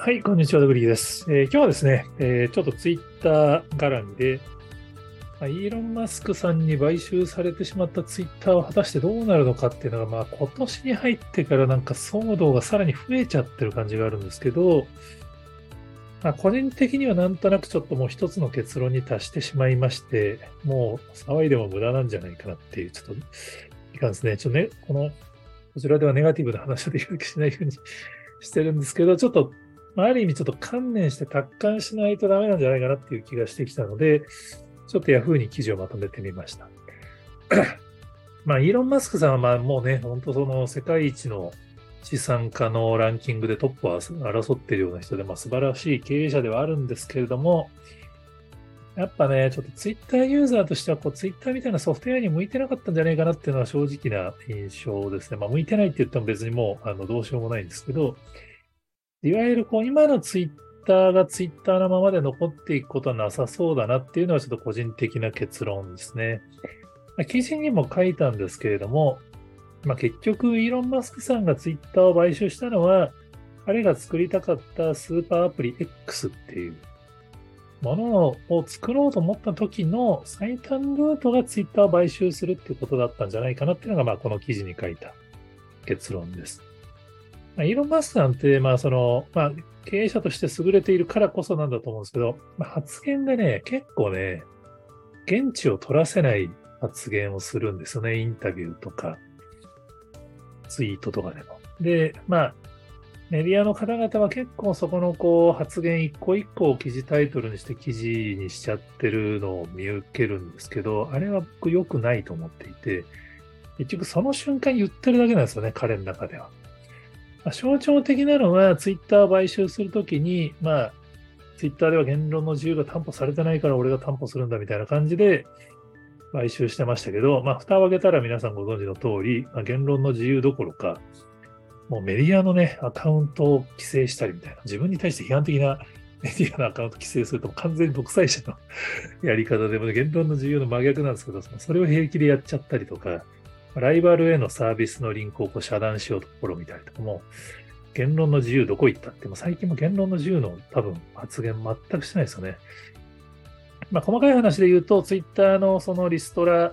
はい、こんにちは、ドグリーです。今日はですね、ちょっとツイッター絡みで、イーロン・マスクさんに買収されてしまったツイッターは果たしてどうなるのかっていうのが、今年に入ってからなんか騒動がさらに増えちゃってる感じがあるんですけど、個人的にはなんとなくちょっともう一つの結論に達してしまいまして、もう騒いでも無駄なんじゃないかなっていう、ちょっといかんですね。ちょっとね、こちらではネガティブな話をできるだけしないようにしてるんですけど、ちょっと、ある意味ちょっと観念して達観しないとダメなんじゃないかなっていう気がしてきたので、ちょっとヤフーに記事をまとめてみました。イーロン・マスクさんはもうね、本当その世界一の資産家のランキングでトップを争っているような人で、素晴らしい経営者ではあるんですけれども、やっぱね、ちょっとツイッターユーザーとしては、ツイッターみたいなソフトウェアに向いてなかったんじゃないかなっていうのは正直な印象ですね。向いてないって言っても別にもうどうしようもないんですけど、いわゆる今のツイッターがツイッターのままで残っていくことはなさそうだなっていうのはちょっと個人的な結論ですね。記事にも書いたんですけれども、結局、イーロン・マスクさんがツイッターを買収したのは、彼が作りたかったスーパーアプリ X っていうものを作ろうと思った時の最短ルートがツイッターを買収するっていうことだったんじゃないかなっていうのが、この記事に書いた結論です。イーロン・マスクさんって、経営者として優れているからこそなんだと思うんですけど、発言がね、結構ね、言質を取らせない発言をするんですよね。インタビューとか、ツイートとかでも。で、メディアの方々は結構そこの発言一個一個を記事タイトルにして記事にしちゃってるのを見受けるんですけど、あれは僕良くないと思っていて、結局その瞬間言ってるだけなんですよね、彼の中では。象徴的なのは、ツイッターを買収するときに、ツイッターでは言論の自由が担保されてないから俺が担保するんだみたいな感じで買収してましたけど、蓋を開けたら皆さんご存知の通り、言論の自由どころか、もうメディアのね、アカウントを規制したりみたいな、自分に対して批判的なメディアのアカウントを規制すると完全に独裁者のやり方で、言論の自由の真逆なんですけど、それを平気でやっちゃったりとか、ライバルへのサービスのリンクを遮断しようと試みたりとかも、言論の自由どこ行ったって、最近も言論の自由の多分発言全くしてないですよね。細かい話で言うと、ツイッターのそのリストラ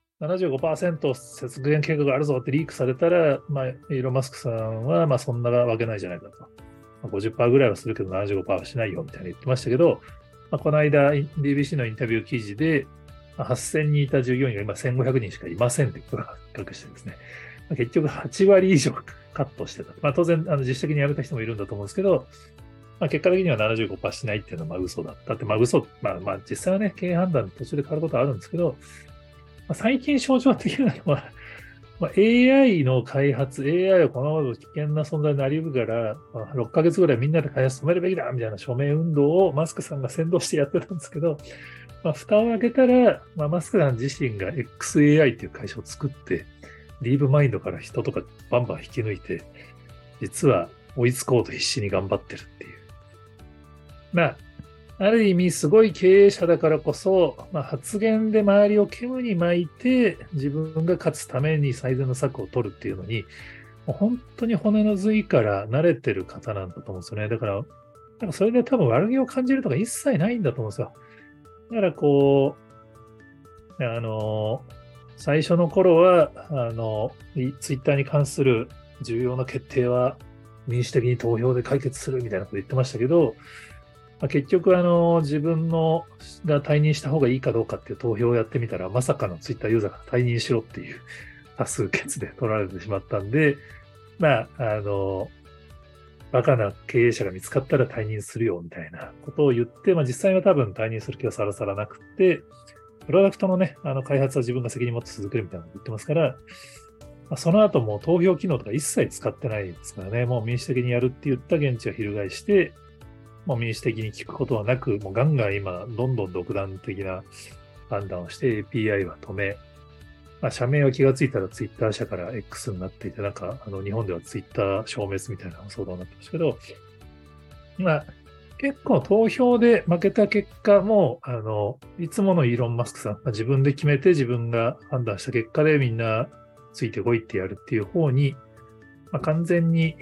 75%節減計画があるぞってリークされたら、イーロン・マスクさんは、そんなわけないじゃないかと。50%ぐらいはするけど75%はしないよみたいに言ってましたけど、この間 BBC のインタビュー記事で、8000人いた従業員が今1500人しかいませんってことが発覚してですね、結局8割以上カットしてた。当然、自主的に辞めた人もいるんだと思うんですけど、結果的には75%しないっていうのは嘘だったって、嘘、実際はね、経営判断途中で変わることはあるんですけど、最近象徴的なのは、AI の開発、AI はこのまま危険な存在になりうるから、6ヶ月ぐらいみんなで開発止めるべきだみたいな署名運動をマスクさんが先導してやってたんですけど、蓋を開けたら、マスクさん自身が XAI っていう会社を作って、ディープマインドから人とかバンバン引き抜いて、実は追いつこうと必死に頑張ってるっていう。ある意味すごい経営者だからこそ、発言で周りを煙に巻いて自分が勝つために最善の策を取るっていうのに、もう本当に骨の髄から慣れてる方なんだと思うんですよね。だから、それで多分悪気を感じるとか一切ないんだと思うんですよ。だから最初の頃は、ツイッターに関する重要な決定は民主的に投票で解決するみたいなこと言ってましたけど、結局自分が退任した方がいいかどうかっていう投票をやってみたら、まさかのツイッターユーザーが退任しろっていう多数決で取られてしまったんで、バカな経営者が見つかったら退任するよみたいなことを言って、実際は多分退任する気はさらさらなくて、プロダクトのね、開発は自分が責任を持って続けるみたいなことを言ってますから、その後も投票機能とか一切使ってないですからね、もう民主的にやるって言った現地は翻して、もう民主的に聞くことはなく、もうガンガン今、どんどん独断的な判断をして API は止め、社名は気がついたらツイッター社から X になっていて、日本ではツイッター消滅みたいな騒動になってましたけど、結構投票で負けた結果も、いつものイーロン・マスクさん、自分で決めて自分が判断した結果でみんなついてこいってやるっていう方に、完全に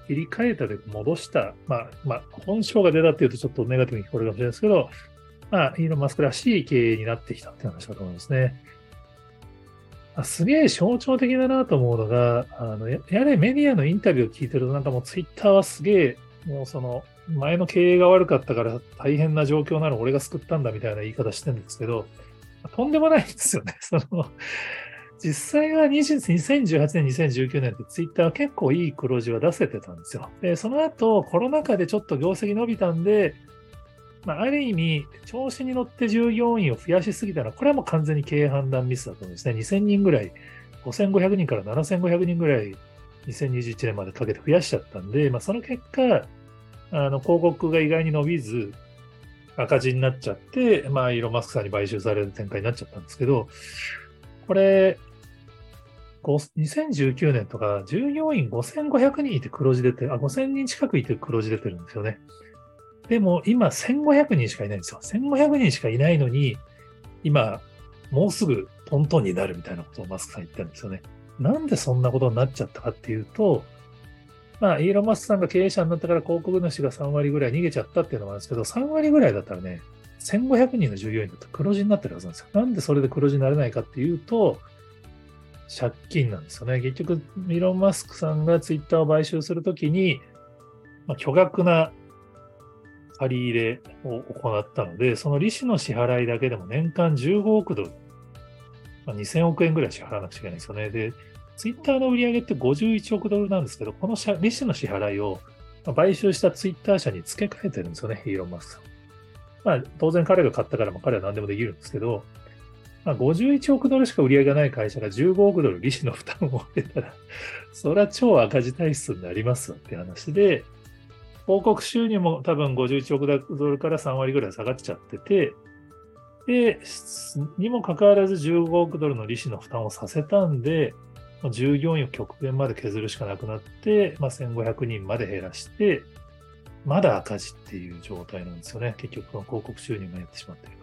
切り替えたで戻した、本性が出たっていうとちょっとネガティブに聞こえるかもしれないですけど、イーロン・マスクらしい経営になってきたっていう話だと思いますね。すげえ象徴的だなと思うのが、やれメディアのインタビューを聞いてると、なんかもうツイッターはすげえ、もうその、前の経営が悪かったから大変な状況なの俺が救ったんだみたいな言い方してるんですけど、とんでもないんですよね。実際は2018年、2019年ってツイッターは結構いい黒字は出せてたんですよ。で、その後コロナ禍でちょっと業績伸びたんで、ある意味、調子に乗って従業員を増やしすぎたのは、これはもう完全に経営判断ミスだと思うんですね。2000人ぐらい、5500人から7500人ぐらい、2021年までかけて増やしちゃったんで、その結果、広告が意外に伸びず、赤字になっちゃって、イーロン・マスクさんに買収される展開になっちゃったんですけど、これ、2019年とか、従業員5500人いて黒字出て、5000人近くいて黒字出てるんですよね。でも今1500人しかいないんですよ。1500人しかいないのに、今、もうすぐトントンになるみたいなことをマスクさん言ってるんですよね。なんでそんなことになっちゃったかっていうと、イーロン・マスクさんが経営者になったから広告主が3割ぐらい逃げちゃったっていうのもあるんですけど、3割ぐらいだったらね、1500人の従業員だったら黒字になってるはずなんですよ。なんでそれで黒字になれないかっていうと、借金なんですよね。結局、イーロン・マスクさんがツイッターを買収するときに、巨額な借り入れを行ったので、その利子の支払いだけでも年間15億ドル、2000億円ぐらい支払わなくちゃいけないんですよね。で、ツイッターの売り上げって51億ドルなんですけど、この利子の支払いを買収したツイッター社に付け替えてるんですよね、イーロン・マスクさん。当然彼が買ったから彼は何でもできるんですけど、51億ドルしか売り上げがない会社が15億ドル利子の負担を受けたら、それは超赤字体質になりますわっていう話で、広告収入も多分51億ドルから3割ぐらい下がっちゃってて、で、にもかかわらず15億ドルの利子の負担をさせたんで、従業員を極限まで削るしかなくなって、1500人まで減らして、まだ赤字っていう状態なんですよね。結局、広告収入が減ってしまってるから。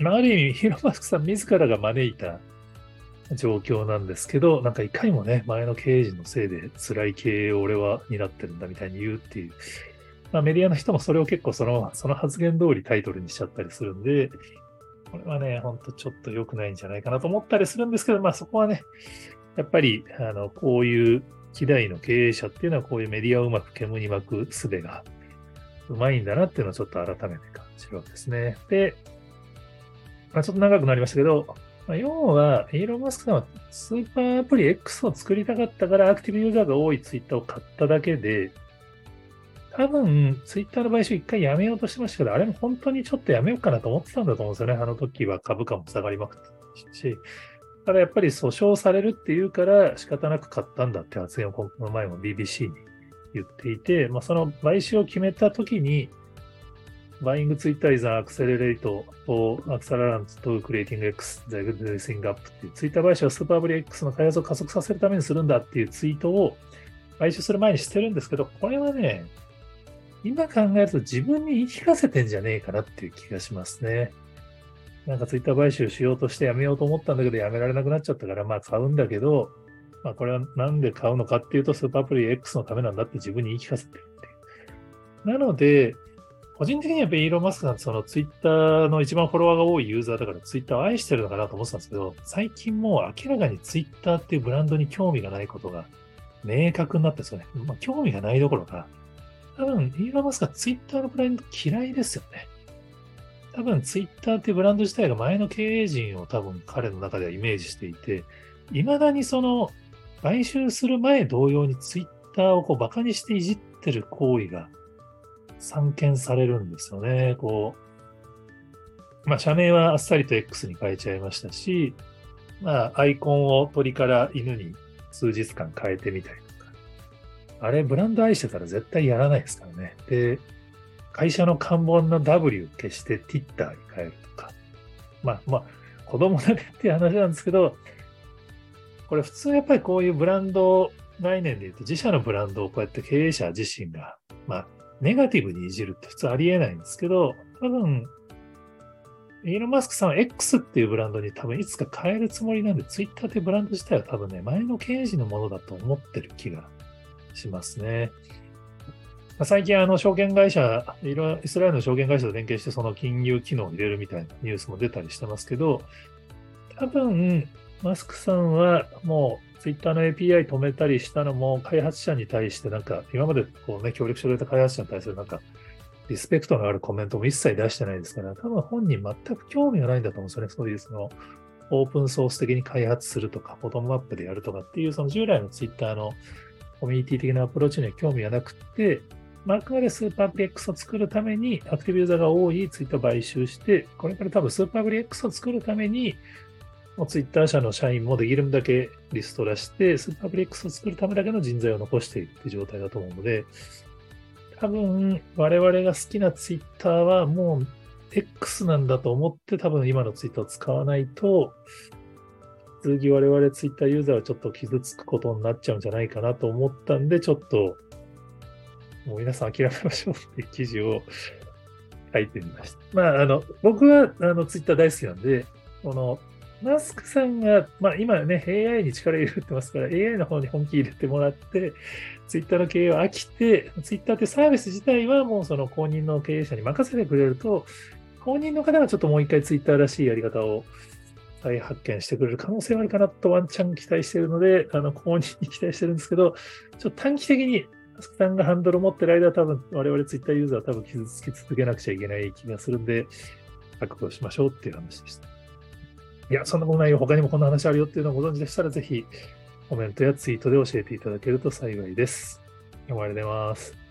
ある意味、ヒロマスクさん自らが招いた状況なんですけど、なんかいかにもね、前の経営陣のせいで辛い経営を俺は担ってるんだみたいに言うっていう、メディアの人もそれを結構その発言通りタイトルにしちゃったりするんで、これはね、ほんとちょっと良くないんじゃないかなと思ったりするんですけど、そこはね、やっぱり、こういう希代の経営者っていうのはこういうメディアをうまく煙に巻く術がうまいんだなっていうのをちょっと改めて感じるわけですね。で、ちょっと長くなりましたけど、要は、イーロン・マスクさんはスーパーアプリ X を作りたかったから、アクティブユーザーが多いツイッターを買っただけで、多分、ツイッターの買収一回やめようとしてましたけど、あれも本当にちょっとやめようかなと思ってたんだと思うんですよね。あの時は株価も下がりまくったし。ただやっぱり訴訟されるっていうから仕方なく買ったんだって発言をこの前も BBC に言っていて、その買収を決めた時に、Buying Twitter is an accelerate or accelerant to creating X, the everything up っていうツイッター買収はスーパーアプリ X の開発を加速させるためにするんだっていうツイートを買収する前にしてるんですけど、これはね、今考えると自分に言い聞かせてんじゃねえかなっていう気がしますね。なんかツイッター買収しようとしてやめようと思ったんだけど、やめられなくなっちゃったから、買うんだけど、これはなんで買うのかっていうと、スーパーアプリ X のためなんだって自分に言い聞かせてるっていう。なので、個人的にはやっぱりイーロン・マスクさん、そのツイッターの一番フォロワーが多いユーザーだからツイッターを愛してるのかなと思ってたんですけど、最近もう明らかにツイッターっていうブランドに興味がないことが明確になってるんですよね。興味がないどころか、多分イーロン・マスクはツイッターのブランド嫌いですよね。多分ツイッターっていうブランド自体が前の経営陣を多分彼の中ではイメージしていて、未だにその買収する前同様にツイッターをこうバカにしていじってる行為が散見されるんですよね。社名はあっさりと X に変えちゃいましたし、アイコンを鳥から犬に数日間変えてみたりとか。あれ、ブランド愛してたら絶対やらないですからね。で、会社の看板の W 消して Twitter に変えるとか。子供だねっていう話なんですけど、これ普通やっぱりこういうブランド概念で言うと、自社のブランドをこうやって経営者自身が、ネガティブにいじるって普通ありえないんですけど、多分、イーロン・マスクさんは X っていうブランドに多分いつか変えるつもりなんで、Twitter っていうブランド自体は多分ね、前の経営陣のものだと思ってる気がしますね。最近、証券会社、イスラエルの証券会社と連携して、その金融機能を入れるみたいなニュースも出たりしてますけど、多分、マスクさんはもう、ツイッターの API 止めたりしたのも、開発者に対して、今までこうね、協力してくれた開発者に対するリスペクトのあるコメントも一切出してないですから、多分本人全く興味がないんだと思うんですよね。そういうオープンソース的に開発するとか、ボトムアップでやるとかっていう、その従来のツイッターのコミュニティ的なアプローチには興味がなくて、あくまでスーパーアプリ X を作るために、アクティブユーザーが多いツイッターを買収して、これから多分スーパーアプリ X を作るために、ツイッター社の社員もできるだけリスト出して、スーパーアプリ X を作るためだけの人材を残しているっていう状態だと思うので、多分我々が好きなツイッターはもう X なんだと思って多分今のツイッターを使わないと、次我々ツイッターユーザーはちょっと傷つくことになっちゃうんじゃないかなと思ったんで、ちょっともう皆さん諦めましょうっていう記事を書いてみました。僕はツイッター大好きなんで、マスクさんが、今ね、AI に力入れてますから、AI の方に本気入れてもらって、ツイッターの経営を飽きて、ツイッターってサービス自体はもうその公認の経営者に任せてくれると、公認の方がちょっともう一回ツイッターらしいやり方を再発見してくれる可能性はあるかなとワンチャン期待しているので、公認に期待してるんですけど、ちょっと短期的にマスクさんがハンドルを持ってる間は多分我々ツイッターユーザーは多分傷つき続けなくちゃいけない気がするんで、覚悟しましょうっていう話でした。いや、そんなことないよ。他にもこんな話あるよっていうのをご存知でしたら、ぜひコメントやツイートで教えていただけると幸いです。終わりでます。